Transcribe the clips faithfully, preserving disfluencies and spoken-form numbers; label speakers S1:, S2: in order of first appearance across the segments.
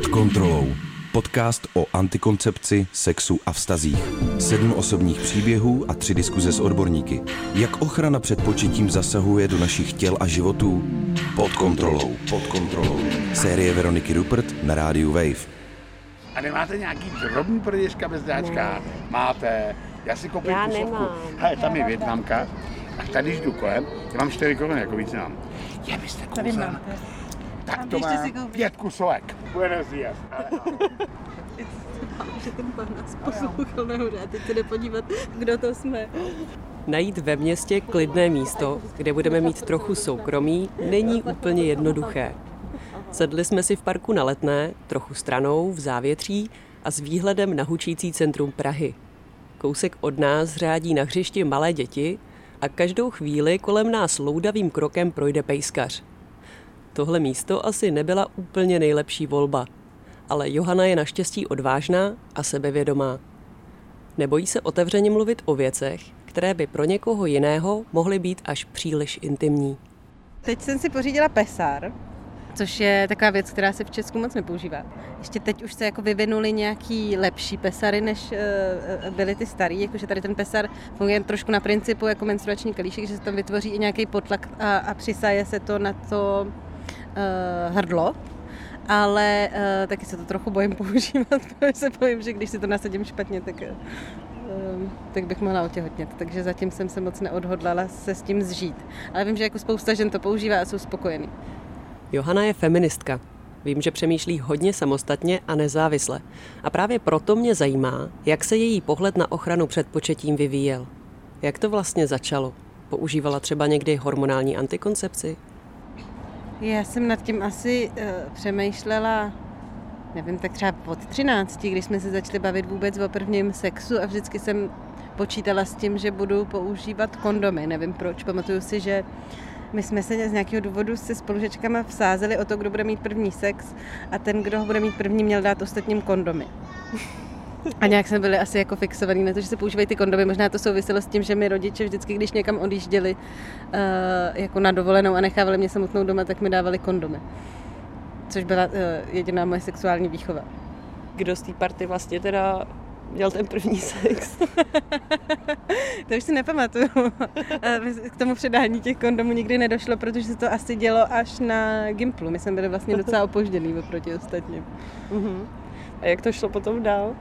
S1: Pod kontrolou. Podcast o antikoncepci, sexu a vztazích. Sedm osobních příběhů a tři diskuze s odborníky. Jak ochrana před početím zasahuje do našich těl a životů? Pod kontrolou. Pod kontrolou. Série Veroniky Rupert na rádiu Wave.
S2: A nemáte nějaký drobný prdíška bez dáčka? Máte. Já si koupím
S3: Já
S2: kusovku.
S3: nemám.
S2: Hele, tam je Vietnamka. A tady, když jdu kolem, já mám čtyři kolem, jako víc nemám. Je, byste kouzla. Tak to mám pět kusovek. Buenos días.
S3: Že ten pan nás poslouchal nahoře a teď se jde podívat, kdo to jsme.
S4: Najít ve městě klidné místo, kde budeme mít trochu soukromí, není úplně jednoduché. Sedli jsme si v parku na Letné, trochu stranou, v závětří a s výhledem na hučící centrum Prahy. Kousek od nás řádí na hřišti malé děti a každou chvíli kolem nás loudavým krokem projde pejskař. Tohle místo asi nebyla úplně nejlepší volba, ale Johana je naštěstí odvážná a sebevědomá. Nebojí se otevřeně mluvit o věcech, které by pro někoho jiného mohly být až příliš intimní.
S3: Teď jsem si pořídila pesár, což je taková věc, která se v Česku moc nepoužívá. Ještě teď už se jako vyvinuly nějaký lepší pesary, než uh, byly ty starý. Jakože tady ten pesar funguje trošku na principu jako menstruační kalíšek, že se tam vytvoří i nějaký potlak a, a přisaje se to na to uh, hrdlo. Ale uh, taky se to trochu bojím používat, protože se bojím, že když si to nasadím špatně, tak, uh, tak bych mohla otěhotnět. Takže zatím jsem se moc neodhodlala se s tím zžít. Ale vím, že jako spousta žen to používá a jsou spokojený.
S4: Johana je feministka. Vím, že přemýšlí hodně samostatně a nezávisle. A právě proto mě zajímá, jak se její pohled na ochranu před početím vyvíjel. Jak to vlastně začalo? Používala třeba někdy hormonální antikoncepci?
S3: Já jsem nad tím asi uh, přemýšlela, nevím, tak třeba od třinácti, když jsme se začali bavit vůbec o prvním sexu a vždycky jsem počítala s tím, že budu používat kondomy. Nevím proč, pamatuju si, že my jsme se z nějakého důvodu se spolužečkama vsázeli o to, kdo bude mít první sex a ten, kdo ho bude mít první, měl dát ostatním kondomy. A nějak jsme byli asi jako fixovaní na to, že se používají ty kondomy. Možná to souviselo s tím, že mi rodiče vždycky, když někam odjížděli uh, jako na dovolenou a nechávali mě samotnou doma, tak mi dávali kondomy. Což byla uh, jediná moje sexuální výchova.
S4: Kdo z té party vlastně teda měl ten první sex?
S3: To už si nepamatuju. K tomu předání těch kondomů nikdy nedošlo, protože se to asi dělo až na Gimplu. My jsme byli vlastně docela opožděný oproti ostatním.
S4: Uh-huh. A jak to šlo potom dál?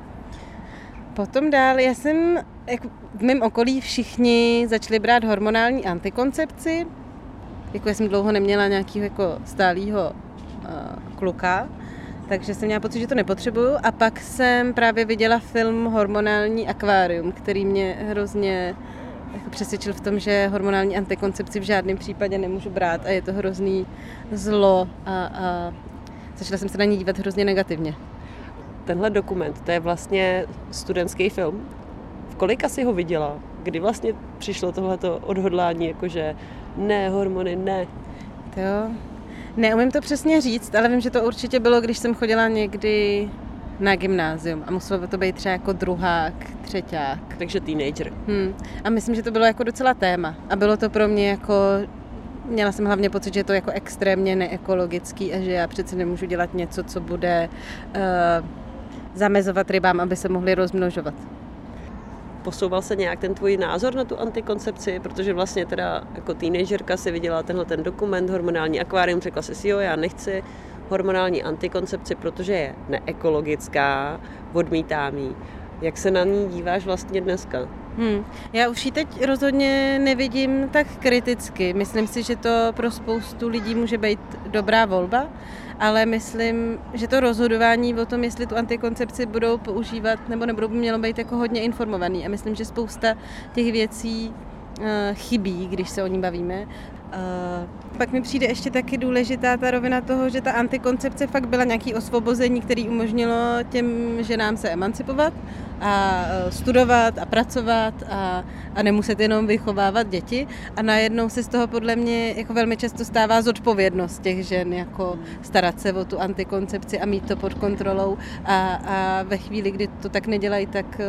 S3: Potom dál, já jsem, jako v mém okolí všichni začali brát hormonální antikoncepci. Jako já jsem dlouho neměla nějakého jako stálého uh, kluka, takže jsem měla pocit, že to nepotřebuju. A pak jsem právě viděla film Hormonální akvárium, který mě hrozně jako přesvědčil v tom, že hormonální antikoncepci v žádném případě nemůžu brát a je to hrozný zlo a, a začala jsem se na ní dívat hrozně negativně.
S4: Tenhle dokument, to je vlastně studentský film. V kolika jsi ho viděla? Kdy vlastně přišlo tohleto odhodlání, jakože ne, hormony, ne?
S3: To jo. Neumím to přesně říct, ale vím, že to určitě bylo, když jsem chodila někdy na gymnázium a muselo to být třeba jako druhák, třeťák.
S4: Takže teenager.
S3: Hmm. A myslím, že to bylo jako docela téma. A bylo to pro mě jako, měla jsem hlavně pocit, že je to jako extrémně neekologický a že já přece nemůžu dělat něco, co bude uh, zamezovat rybám, aby se mohly rozmnožovat.
S4: Posouval se nějak ten tvůj názor na tu antikoncepci, protože vlastně teda jako teenagerka si viděla tenhle ten dokument Hormonální akvárium, řekla si si, jo, já nechci hormonální antikoncepci, protože je neekologická, odmítám ji. Jak se na ní díváš vlastně dneska?
S3: Hmm. Já už ji teď rozhodně nevidím tak kriticky. Myslím si, že to pro spoustu lidí může být dobrá volba, ale myslím, že to rozhodování o tom, jestli tu antikoncepci budou používat nebo nebudou, by mělo být jako hodně informovaný. A myslím, že spousta těch věcí uh, chybí, když se o ní bavíme. Uh, pak mi přijde ještě taky důležitá ta rovina toho, že ta antikoncepce fakt byla nějaké osvobození, které umožnilo těm ženám se emancipovat a studovat a pracovat a, a nemuset jenom vychovávat děti. A najednou se z toho podle mě jako velmi často stává zodpovědnost těch žen, jako starat se o tu antikoncepci a mít to pod kontrolou. A, a ve chvíli, kdy to tak nedělají, tak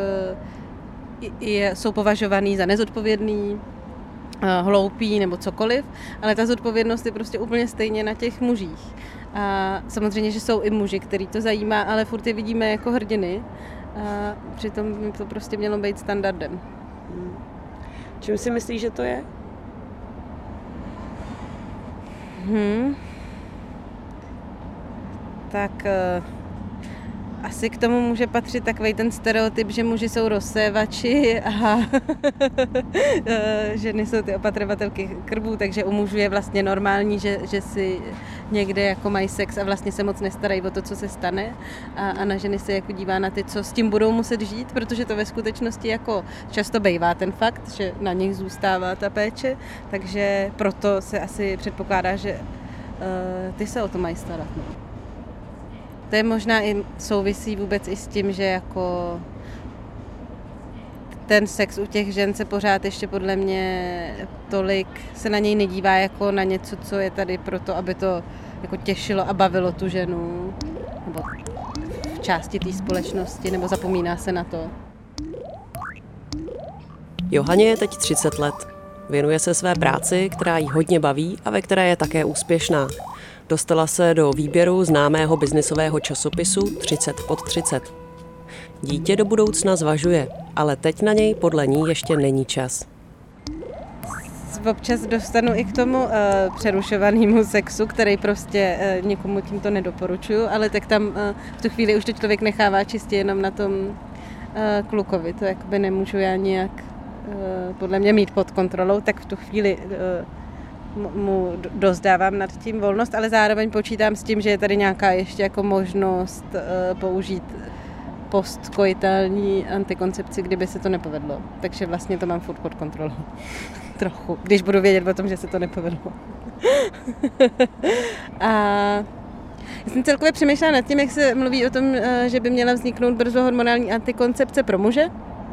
S3: uh, je, jsou považovaný za nezodpovědný, hloupý nebo cokoliv, ale ta zodpovědnost je prostě úplně stejně na těch mužích. A samozřejmě, že jsou i muži, který to zajímá, ale furt je vidíme jako hrdiny. A přitom by to prostě mělo být standardem.
S4: Čím si myslíš, že to je?
S3: Hmm. Tak uh, asi k tomu může patřit takový ten stereotyp, že muži jsou rozsévači a ženy jsou ty opatrovatelky krvů, takže u mužů je vlastně normální, že, že si někde jako mají sex a vlastně se moc nestarají o to, co se stane, a, a na ženy se jako dívá na ty, co s tím budou muset žít, protože to ve skutečnosti jako často bejvá ten fakt, že na nich zůstává ta péče, takže proto se asi předpokládá, že uh, ty se o to mají starat. No. To je možná i souvisí vůbec i s tím, že jako ten sex u těch žen se pořád ještě podle mě tolik se na něj nedívá jako na něco, co je tady proto, aby to jako těšilo a bavilo tu ženu, nebo v části té společnosti, nebo zapomíná se na to.
S4: Johaně je teď třicet let. Věnuje se své práci, která jí hodně baví a ve které je také úspěšná. Dostala se do výběru známého biznisového časopisu třicet pod třicet. Dítě do budoucna zvažuje, ale teď na něj podle ní ještě není čas.
S3: Občas dostanu i k tomu uh, přerušovanému sexu, který prostě uh, někomu tímto nedoporučuju, ale tak tam uh, v tu chvíli už to člověk nechává čistě jenom na tom uh, klukovi. To jakoby nemůžu já nějak uh, podle mě mít pod kontrolou, tak v tu chvíli uh, mu dozdávám nad tím volnost, ale zároveň počítám s tím, že je tady nějaká ještě jako možnost uh, použít postkoitální antikoncepci, kdyby se to nepovedlo. Takže vlastně to mám furt pod kontrolou. Trochu, když budu vědět o tom, že se to nepovedlo. A já jsem celkově přemýšlela nad tím, jak se mluví o tom, že by měla vzniknout brzo hormonální antikoncepce pro muže.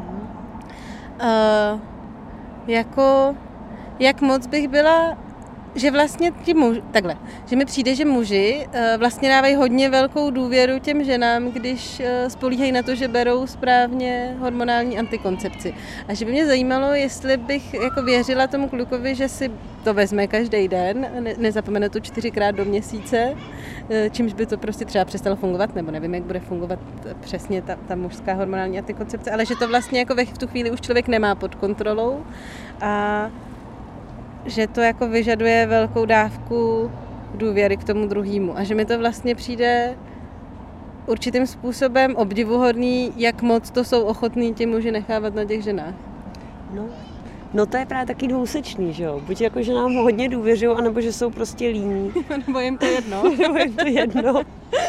S3: Uh, jako, jak moc bych byla, že vlastně ti muži, takhle, že mi přijde, že muži uh, vlastně dávají hodně velkou důvěru těm ženám, když uh, spolíhají na to, že berou správně hormonální antikoncepci. A že by mě zajímalo, jestli bych jako věřila tomu klukovi, že si to vezme každý den, ne, nezapomene to čtyřikrát do měsíce, uh, čímž by to prostě třeba přestalo fungovat, nebo nevím, jak bude fungovat přesně ta, ta mužská hormonální antikoncepce, ale že to vlastně jako ve v tu chvíli už člověk nemá pod kontrolou a že to jako vyžaduje velkou dávku důvěry k tomu druhému a že mi to vlastně přijde určitým způsobem obdivuhodný, jak moc to jsou ochotní ti muži nechávat na těch ženách.
S4: No, no to je právě taky dvousečný, že jo? Buď jako, že nám hodně důvěřují, anebo že jsou prostě líní.
S3: Nebo jim to jedno.
S4: Nebo jim to jedno.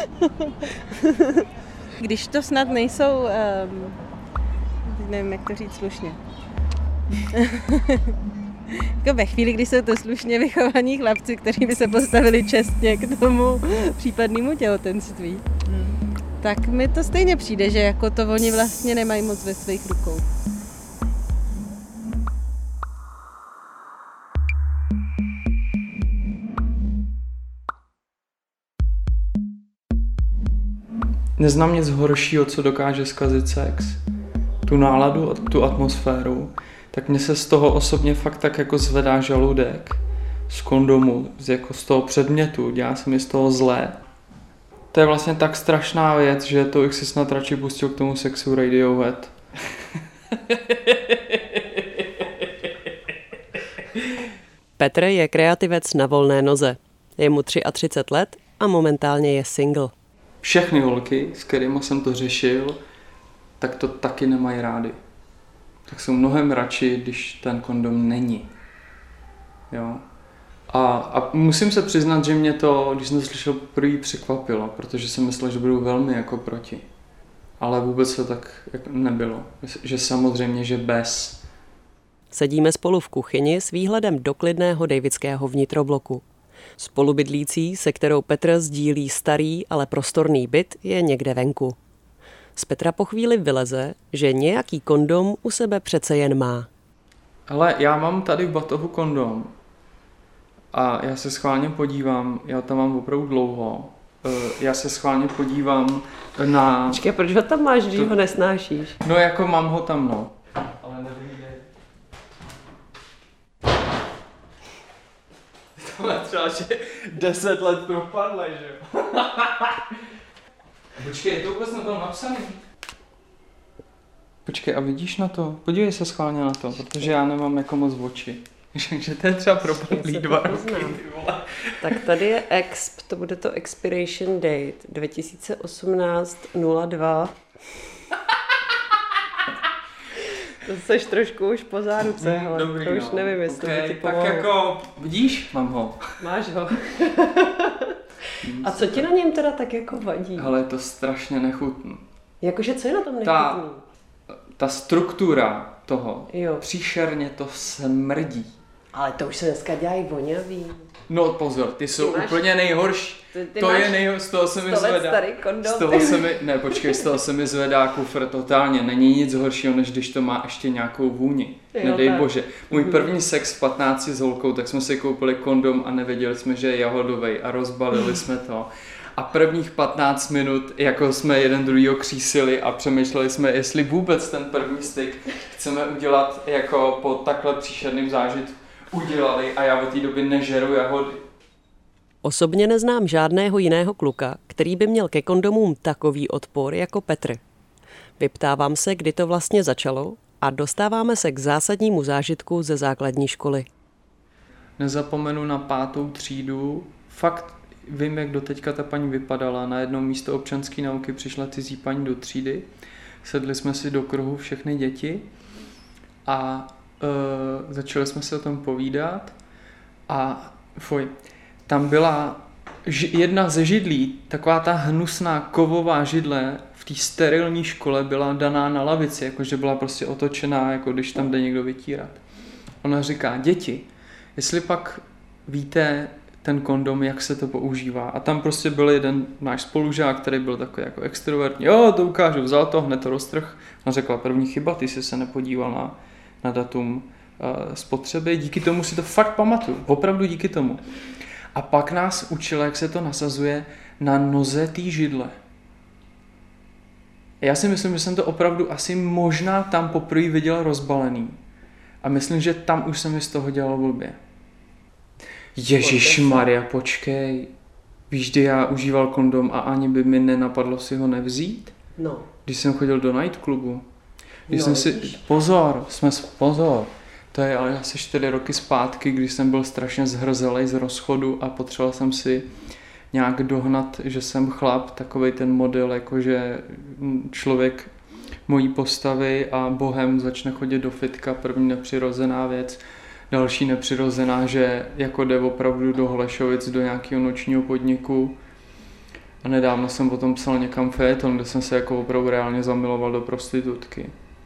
S3: Když to snad nejsou, um, nevím, jak to říct slušně. Jako ve chvíli, kdy jsou to slušně vychovaní chlapci, kteří by se postavili čestně k tomu případnému těhotenství, hmm. tak mi to stejně přijde, že jako to oni vlastně nemají moc ve svých rukou.
S5: Neznám nic horšího, co dokáže zkazit sex. Tu náladu a tu atmosféru. Tak mně se z toho osobně fakt tak jako zvedá žaludek z kondomu, z, jako z toho předmětu, dělá se mi z toho zlé. To je vlastně tak strašná věc, že to bych si snad radši pustil k tomu sexu Radiohead.
S4: Petr je kreativec na volné noze. Je mu třicet tři let a momentálně je single.
S5: Všechny holky, s kterými jsem to řešil, tak to taky nemají rády. Tak jsou mnohem radši, když ten kondom není. Jo? A, a musím se přiznat, že mě to, když jsem to slyšel poprvé, překvapilo, protože jsem myslel, že budou velmi jako proti. Ale vůbec to tak nebylo. Že samozřejmě, že bez.
S4: Sedíme spolu v kuchyni s výhledem do klidného davidského vnitrobloku. Spolubydlící, se kterou Petr sdílí starý, ale prostorný byt, je někde venku. Z Petra po chvíli vyleze, že nějaký kondom u sebe přece jen má.
S5: Ale já mám tady v batohu kondom a já se schválně podívám, já tam mám opravdu dlouho, já se schválně podívám na...
S4: Počkej, proč ho tam máš, když to... ho nesnášíš?
S5: No jako mám ho tam, no. Ale nevím, kde. Tohle třeba třeba, že deset let propadle, že jo. Počkej, je to vůbec na tom napsaný? Počkej, a vidíš na to? Podívej se schválně na to, protože já nemám jako moc v oči. Takže to je třeba propadlý dva roky, ty vole.
S4: Tak tady je exp, to bude to expiration date, dva tisíce osmnáct nula dva. To seš trošku už po záruce, hele,
S5: Dobrý,
S4: to už
S5: no.
S4: nevím, jestli
S5: okay,
S4: by ti
S5: tak
S4: pomohlo.
S5: jako, vidíš? Mám ho.
S4: Máš ho. A co ti na něm teda tak jako vadí?
S5: Ale je to strašně nechutný.
S4: Jakože co je na tom nechutný?
S5: Ta, ta struktura toho,
S4: Jo.
S5: příšerně to smrdí.
S4: Ale to už se dneska dělají voňavý.
S5: No pozor, ty jsou
S4: máš-
S5: úplně nejhorší.
S4: Ty, ty
S5: To
S4: máš
S5: je nejhorší, z toho se mi
S4: sto let
S5: zvedá.
S4: starý kondom.
S5: Z toho se mi, ne počkej, z toho se mi zvedá kufr totálně. Není nic horšího, než když to má ještě nějakou vůni.
S4: Jo,
S5: Nedej
S4: tak.
S5: bože. Můj první sex v patnácti s holkou, tak jsme si koupili kondom a nevěděli jsme, že je jahodovej a rozbalili jsme to. A prvních patnáct minut, jako jsme jeden druhýho křísili a přemýšleli jsme, jestli vůbec ten první styk chceme udělat jako po takhle příšerným zážitku udělali a já od té doby nežeru jahody.
S4: Osobně neznám žádného jiného kluka, který by měl ke kondomům takový odpor jako Petr. Vyptávám se, kdy to vlastně začalo a dostáváme se k zásadnímu zážitku ze základní školy.
S5: Nezapomenu na pátou třídu. Fakt vím, jak doteďka ta paní vypadala. Na jedno místo občanské nauky přišla cizí paní do třídy. Sedli jsme si do kruhu všechny děti a e, začali jsme se o tom povídat. A fuj, tam byla ži, jedna ze židlí, taková ta hnusná kovová židle v té sterilní škole byla daná na lavici, jakože byla prostě otočená, jako když tam jde někdo vytírat. Ona říká, děti, jestli pak víte ten kondom, jak se to používá. A tam prostě byl jeden náš spolužák, který byl takový jako extrovertní. Jo, to ukážu, vzal to, hned to roztrh. Ona řekla, první chyba, ty jsi se nepodíval na, na datum uh, spotřeby. Díky tomu si to fakt pamatuju. Opravdu díky tomu. A pak nás učila, jak se to nasazuje na noze té židle. Já si myslím, že jsem to opravdu asi možná tam poprvé viděl rozbalený. A myslím, že tam už se mi z toho dělalo blbě. Ježišmarja, počkej. Víš, kdy já užíval kondom a ani by mi nenapadlo si ho nevzít?
S4: No.
S5: Když jsem chodil do nightclubu. Když
S4: No,
S5: jsem si...
S4: vidíš.
S5: Pozor, jsme... Pozor. To je ale asi čtyři roky zpátky, když jsem byl strašně zhrzelej z rozchodu a potřeboval jsem si nějak dohnat, že jsem chlap, takovej ten model, jakože člověk mojí postavy a bohem začne chodit do fitka, první nepřirozená věc. Další nepřirozená, že jako jde opravdu do Holešovic, do nějakého nočního podniku. A nedávno jsem potom psal někam fejeton, kde jsem se jako opravdu reálně zamiloval do prostitutky.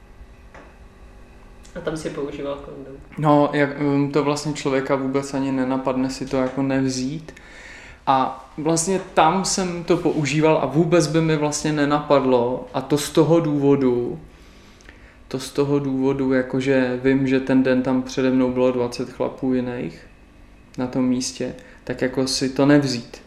S4: A tam si používal kondom.
S5: No, jak, to vlastně člověka vůbec ani nenapadne si to jako nevzít. A vlastně tam jsem to používal a vůbec by mi vlastně nenapadlo. A to z toho důvodu, to z toho důvodu, jakože vím, že ten den tam přede mnou bylo dvacet chlapů jiných na tom místě, tak jako si to nevzít.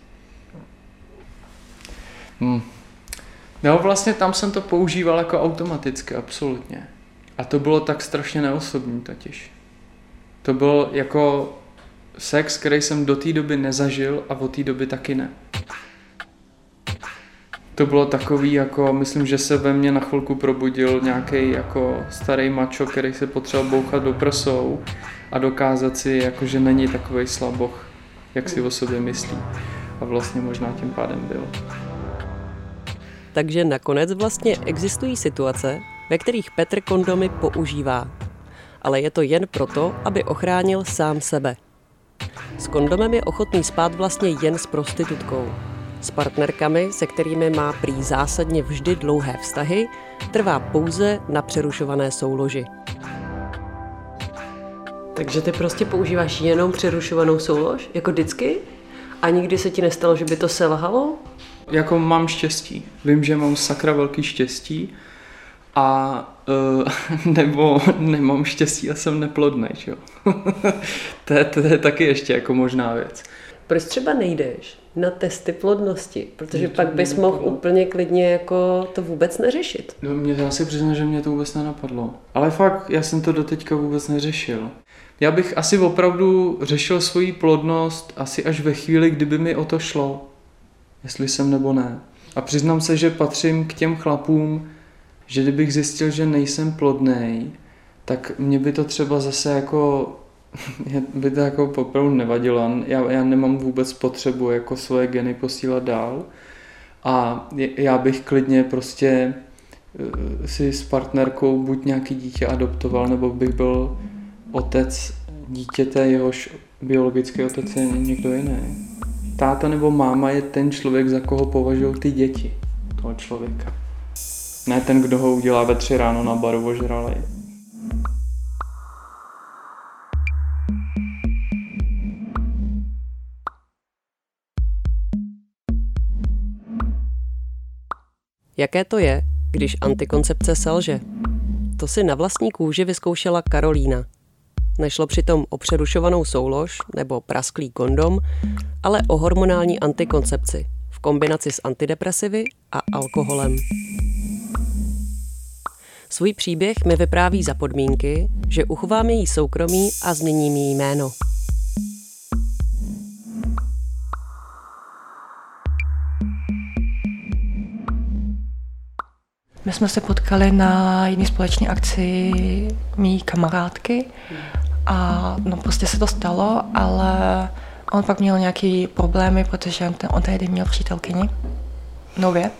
S5: Hm. No vlastně tam jsem to používal jako automaticky, absolutně. A to bylo tak strašně neosobní totiž. To byl jako sex, který jsem do té doby nezažil a od té doby taky ne. To bylo takový, jako myslím, že se ve mně na chvilku probudil nějaký jako starý mačo, který se potřeboval bouchat do prsou a dokázat si, jako, že není takovej slaboch, jak si o sobě myslí. A vlastně možná tím pádem byl.
S4: Takže nakonec vlastně existují situace, ve kterých Petr kondomy používá. Ale je to jen proto, aby ochránil sám sebe. S kondomem je ochotný spát vlastně jen s prostitutkou. S partnerkami, se kterými má prý zásadně vždy dlouhé vztahy, trvá pouze na přerušované souloži. Takže ty prostě používáš jenom přerušovanou soulož? Jako vždycky? A nikdy se ti nestalo, že by to selhalo?
S5: Jako mám štěstí. Vím, že mám sakra velký štěstí a uh, nebo nemám štěstí a jsem neplodnej, jo. to, je, to je taky ještě jako možná věc.
S4: Proč třeba nejdeš na testy plodnosti? Protože pak bys mohl úplně klidně jako to vůbec neřešit.
S5: No, mě, já si přiznám, že mě to vůbec nenapadlo. Ale fakt, já jsem to doteďka vůbec neřešil. Já bych asi opravdu řešil svoji plodnost asi až ve chvíli, kdyby mi o to šlo. Jestli jsem nebo ne. A přiznám se, že patřím k těm chlapům, že kdybych zjistil, že nejsem plodnej, tak mě by to třeba zase jako, by to jako opravdu nevadilo. Já, já nemám vůbec potřebu jako svoje geny posílat dál. A já bych klidně prostě si s partnerkou buď nějaký dítě adoptoval, nebo bych byl otec dítěte, jehož biologický otec je někdo jiný. Táta nebo máma je ten člověk, za koho považují ty děti toho člověka. Ne ten, kdo ho udělá ve tři ráno na baru ožralej.
S4: Jaké to je, když antikoncepce selže? To si na vlastní kůži vyzkoušela Karolína. Nešlo přitom o přerušovanou soulož nebo prasklý kondom, ale o hormonální antikoncepci v kombinaci s antidepresivy a alkoholem. Svůj příběh mi vypráví za podmínky, že uchovám její soukromí a změním jí jméno.
S6: My jsme se potkali na jedné společné akci mý kamarádky a no prostě se to stalo, ale on pak měl nějaký problémy, protože on tehdy měl přítelkyni, nově.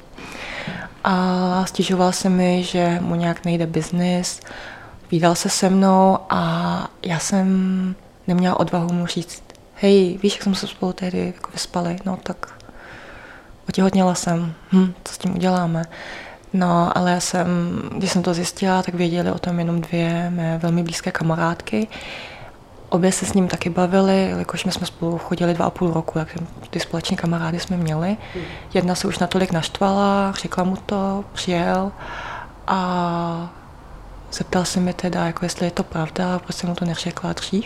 S6: A stěžoval se mi, že mu nějak nejde biznis, vídal se se mnou a já jsem neměla odvahu mu říct, hej, víš, jak jsme se spolu tehdy jako vyspali, no tak otěhotněla jsem, hm, co s tím uděláme. No, ale já jsem, když jsem to zjistila, tak věděli o tom jenom dvě mé velmi blízké kamarádky. Obě se s ním taky bavili, jakož my jsme spolu chodili dva a půl roku, jak ty společné kamarády jsme měli. Jedna se už natolik naštvala, řekla mu to, přijel a zeptal se mi teda, jako jestli je to pravda, proč jsem mu to neřekla dřív.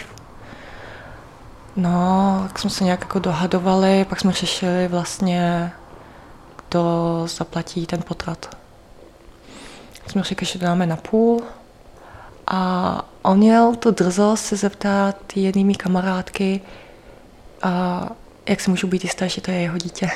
S6: No, tak jsme se nějak jako dohadovali, pak jsme řešili vlastně, kdo zaplatí ten potrat. Jsme řekli, že to dáme na půl a on měl tu drzost se zeptat jedné mý kamarádky, a jak si můžu být jistá, že to je jeho dítě.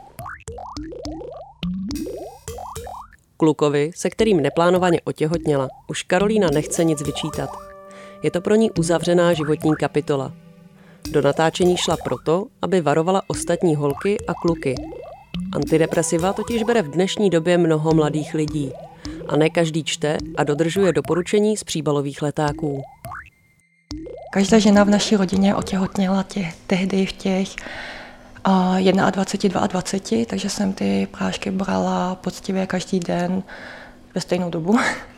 S4: Klukovi, se kterým neplánovaně otěhotněla, už Karolína nechce nic vyčítat. Je to pro ní uzavřená životní kapitola. Do natáčení šla proto, aby varovala ostatní holky a kluky. Antidepresiva totiž bere v dnešní době mnoho mladých lidí. A ne každý čte a dodržuje doporučení z příbalových letáků.
S6: Každá žena v naší rodině otěhotněla tě, tehdy v těch uh, dvacet jedna, dvacet dva, takže jsem ty prášky brala poctivě každý den ve stejnou dobu.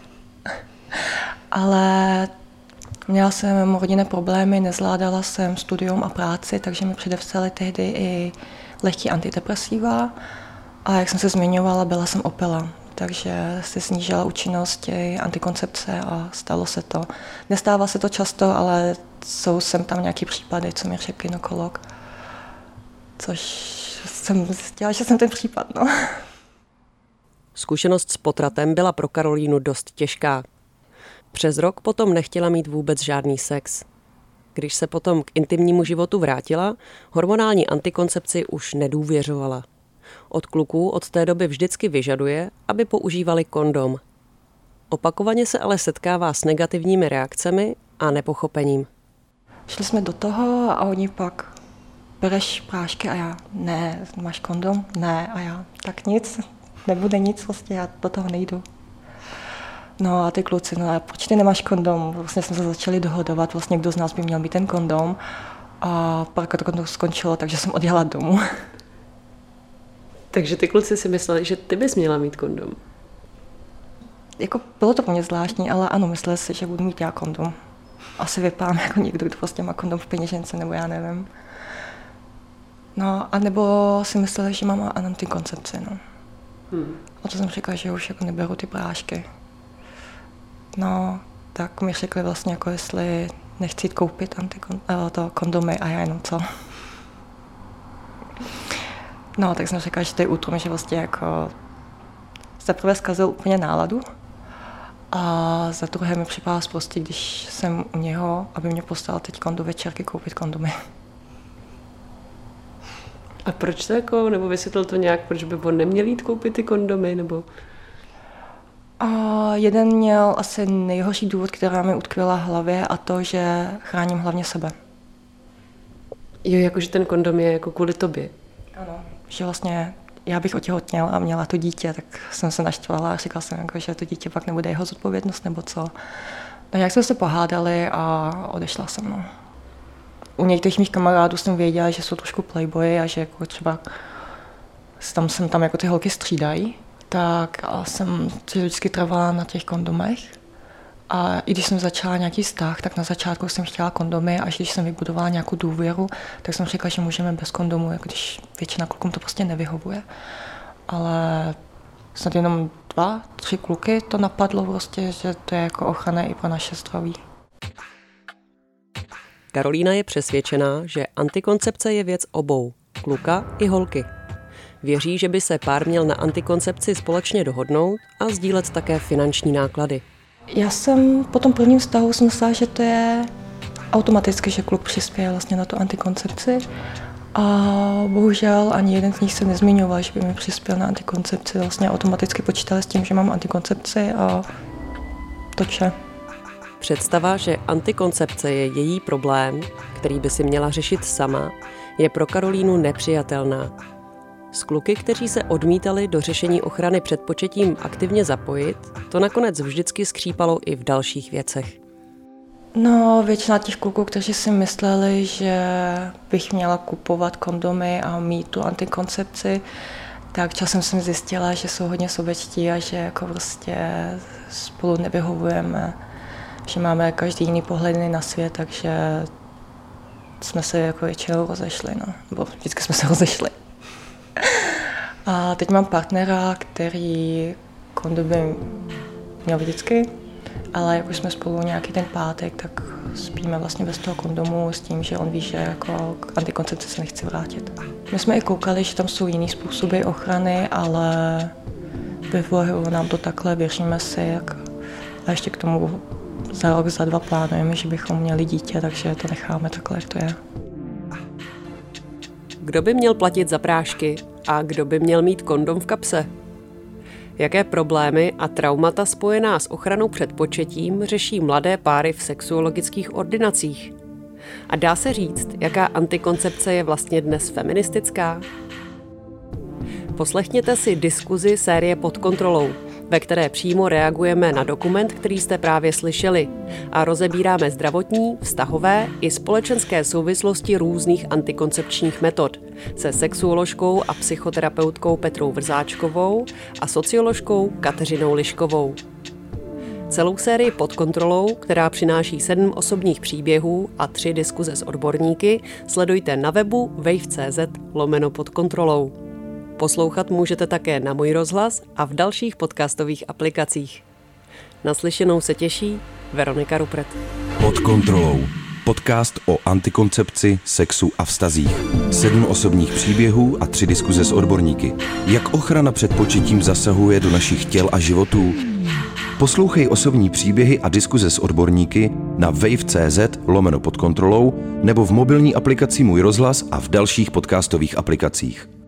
S6: Ale měla jsem rodinné problémy, nezvládala jsem studium a práci, takže mi předepsali tehdy i lehký antidepresiva. A jak jsem se zmiňovala, byla jsem opila. Takže se snížila účinnost antikoncepce a stalo se to. Nestává se to často, ale jsou sem tam nějaké případy, co mi řekl gynekolog. Což jsem zjistila, že jsem ten případ, no.
S4: Zkušenost s potratem byla pro Karolínu dost těžká. Přes rok potom nechtěla mít vůbec žádný sex. Když se potom k intimnímu životu vrátila, hormonální antikoncepci už nedůvěřovala. Od kluků od té doby vždycky vyžaduje, aby používali kondom. Opakovaně se ale setkává s negativními reakcemi a nepochopením.
S6: Šli jsme do toho a oni pak, bereš prášky a já, ne, máš kondom? Ne, a já, tak nic, nebude nic, vlastně já do toho nejdu. No a ty kluci, no a proč ty nemáš kondom? Vlastně jsme se začali dohodovat, vlastně kdo z nás by měl mít ten kondom. A pak to kondom skončilo, takže jsem odjela domů.
S4: Takže ty kluci si mysleli, že ty bys měla mít kondom?
S6: Jako bylo to pro mě zvláštní, ale ano, mysleli si, že budu mít já kondom. Asi vypadám jako někdo, kdo prostě má kondom v peněžence, nebo já nevím. No, a nebo si mysleli, že mám antikoncepci, no. Hmm. A to jsem řekla, že už jako neberu ty prášky. No, tak mi řekli vlastně, jako jestli nechci jít koupit antikon, to kondomy a já jenom co. No, tak jsem řekla, že to je útrum, že vlastně jako zaprvé zkazil úplně náladu A za druhé mi připadá prostě, když jsem u něho, aby mě poslal teď do večerky koupit kondomy.
S4: A proč to jako, nebo vysvětlil to nějak, proč by on neměl jít koupit ty kondomy, nebo?
S6: A jeden měl asi nejhorší důvod, která mi utkvěla v hlavě, a to, že chráním hlavně sebe.
S4: Jo, jakože ten kondom je jako kvůli tobě.
S6: Ano, že vlastně já bych otěhotněla a měla to dítě, tak jsem se naštvala a říkala jsem, jako, že to dítě pak nebude jeho zodpovědnost nebo co. No jak jsme se pohádali a odešla jsem. No. U některých mých kamarádů jsem věděla, že jsou trošku playboyi a že jako třeba tam jsem tam jako ty holky střídají, tak jsem si vždycky trvala na těch kondomech. A i když jsem začala nějaký vztah, tak na začátku jsem chtěla kondomy, až když jsem vybudovala nějakou důvěru, tak jsem řekla, že můžeme bez kondomu, jako když většina klukům to prostě nevyhovuje. Ale snad jenom dva, tři kluky to napadlo prostě, že to je jako ochrana i pro naše zdraví.
S4: Karolína je přesvědčená, že antikoncepce je věc obou, kluka i holky. Věří, že by se pár měl na antikoncepci společně dohodnout a sdílet také finanční náklady.
S6: Já jsem po tom prvním vztahu jsem myslela, že to je automaticky, že kluk přispěje vlastně na tu antikoncepci. A bohužel ani jeden z nich se nezmiňoval, že by mi přispěl na antikoncepci. Vlastně automaticky počítali s tím, že mám antikoncepci a toče.
S4: Představa, že antikoncepce je její problém, který by si měla řešit sama, je pro Karolínu nepřijatelná. S kluky, kteří se odmítali do řešení ochrany před početím aktivně zapojit, to nakonec vždycky skřípalo i v dalších věcech.
S6: No, většina těch kluků, kteří si mysleli, že bych měla kupovat kondomy a mít tu antikoncepci, tak časem jsem zjistila, že jsou hodně sobečtí a že jako prostě spolu nevyhovujeme, že máme každý jiný pohledy na svět, takže jsme se jako většinou rozešli, no. Nebo vždycky jsme se rozešli. A teď mám partnera, který kondomy měl vždycky, ale jak už jsme spolu nějaký ten pátek, tak spíme vlastně bez toho kondomu s tím, že on ví, že jako k antikoncepci se nechci vrátit. My jsme i koukali, že tam jsou jiný způsoby ochrany, ale vyhovuje nám to takhle, věříme si, jak... a ještě k tomu za rok, za dva plánujeme, že bychom měli dítě, takže to necháme takhle, jak to je.
S4: Kdo by měl platit za prášky a kdo by měl mít kondom v kapse? Jaké problémy a traumata spojená s ochranou před početím řeší mladé páry v sexuologických ordinacích? A dá se říct, jaká antikoncepce je vlastně dnes feministická? Poslechněte si diskuzi série Pod kontrolou, ve které přímo reagujeme na dokument, který jste právě slyšeli, a rozebíráme zdravotní, vztahové i společenské souvislosti různých antikoncepčních metod se sexuoložkou a psychoterapeutkou Petrou Vrzáčkovou a socioložkou Kateřinou Liškovou. Celou sérii Pod kontrolou, která přináší sedm osobních příběhů a tři diskuze s odborníky, sledujte na webu wave tečka cé zet lomeno pod kontrolou. Poslouchat můžete také na Můj rozhlas a v dalších podcastových aplikacích. Naslyšenou se těší Veronika Rupret.
S1: Pod kontrolou. Podcast o antikoncepci, sexu a vztazích. Sedm osobních příběhů a tři diskuze s odborníky. Jak ochrana před početím zasahuje do našich těl a životů? Poslouchej osobní příběhy a diskuze s odborníky na wave tečka cé zet lomeno pod kontrolou nebo v mobilní aplikaci Můj rozhlas a v dalších podcastových aplikacích.